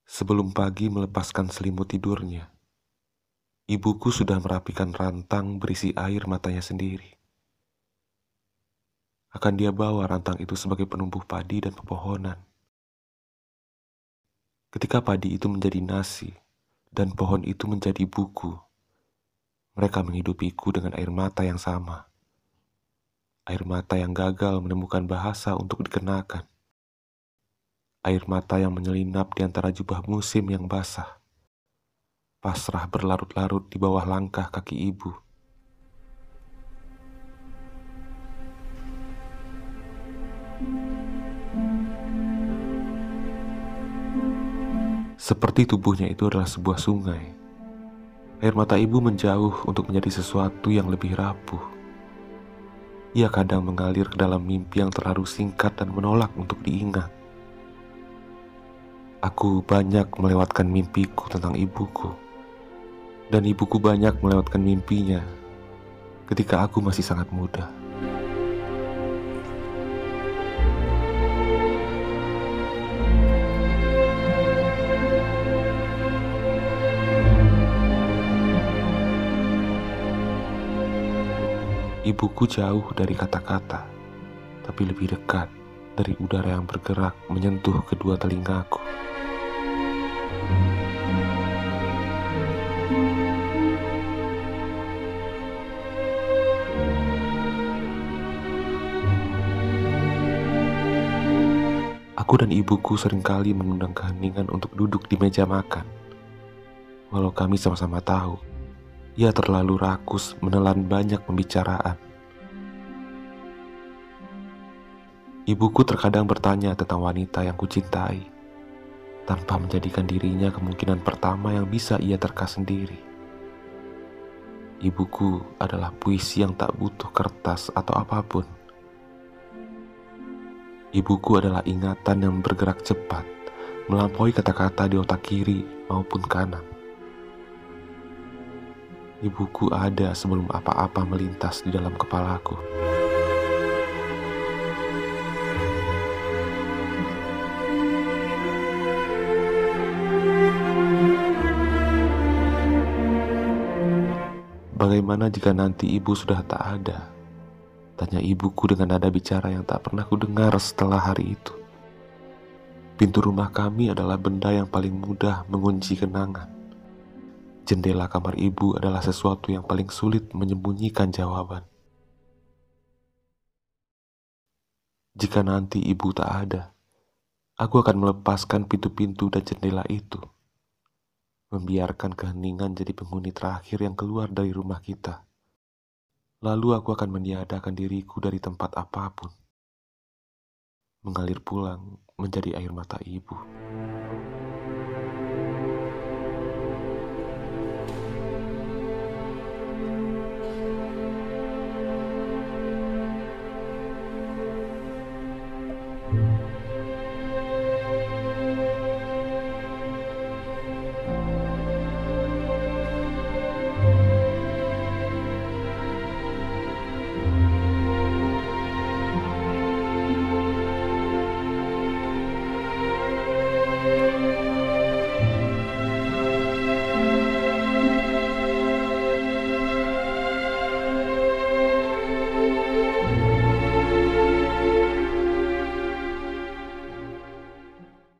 Sebelum pagi melepaskan selimut tidurnya, ibuku sudah merapikan rantang berisi air matanya sendiri. Akan dia bawa rantang itu sebagai penumbuh padi dan pepohonan. Ketika padi itu menjadi nasi dan pohon itu menjadi buku, mereka menghidupiku dengan air mata yang sama. Air mata yang gagal menemukan bahasa untuk dikenakan. Air mata yang menyelinap di antara jubah musim yang basah. Pasrah berlarut-larut di bawah langkah kaki ibu. Seperti tubuhnya itu adalah sebuah sungai. Air mata ibu menjauh untuk menjadi sesuatu yang lebih rapuh. Ia kadang mengalir ke dalam mimpi yang terlalu singkat dan menolak untuk diingat. Aku banyak melewatkan mimpiku tentang ibuku. Dan ibuku banyak melewatkan mimpinya ketika aku masih sangat muda. Ibuku jauh dari kata-kata, tapi lebih dekat dari udara yang bergerak menyentuh kedua telingaku. Aku dan ibuku seringkali mengundang keheningan untuk duduk di meja makan. Walau kami sama-sama tahu, ia terlalu rakus menelan banyak pembicaraan. Ibuku terkadang bertanya tentang wanita yang kucintai, tanpa menjadikan dirinya kemungkinan pertama yang bisa ia terka sendiri. Ibuku adalah puisi yang tak butuh kertas atau apapun. Ibuku adalah ingatan yang bergerak cepat, melampaui kata-kata di otak kiri maupun kanan. Ibuku ada sebelum apa-apa melintas di dalam kepalaku. Bagaimana jika nanti ibu sudah tak ada? Tanya ibuku dengan nada bicara yang tak pernah kudengar setelah hari itu. Pintu rumah kami adalah benda yang paling mudah mengunci kenangan. Jendela kamar ibu adalah sesuatu yang paling sulit menyembunyikan jawaban. Jika nanti ibu tak ada, aku akan melepaskan pintu-pintu dan jendela itu. Membiarkan keheningan jadi penghuni terakhir yang keluar dari rumah kita. Lalu aku akan meniadakan diriku dari tempat apapun. Mengalir pulang menjadi air mata ibu.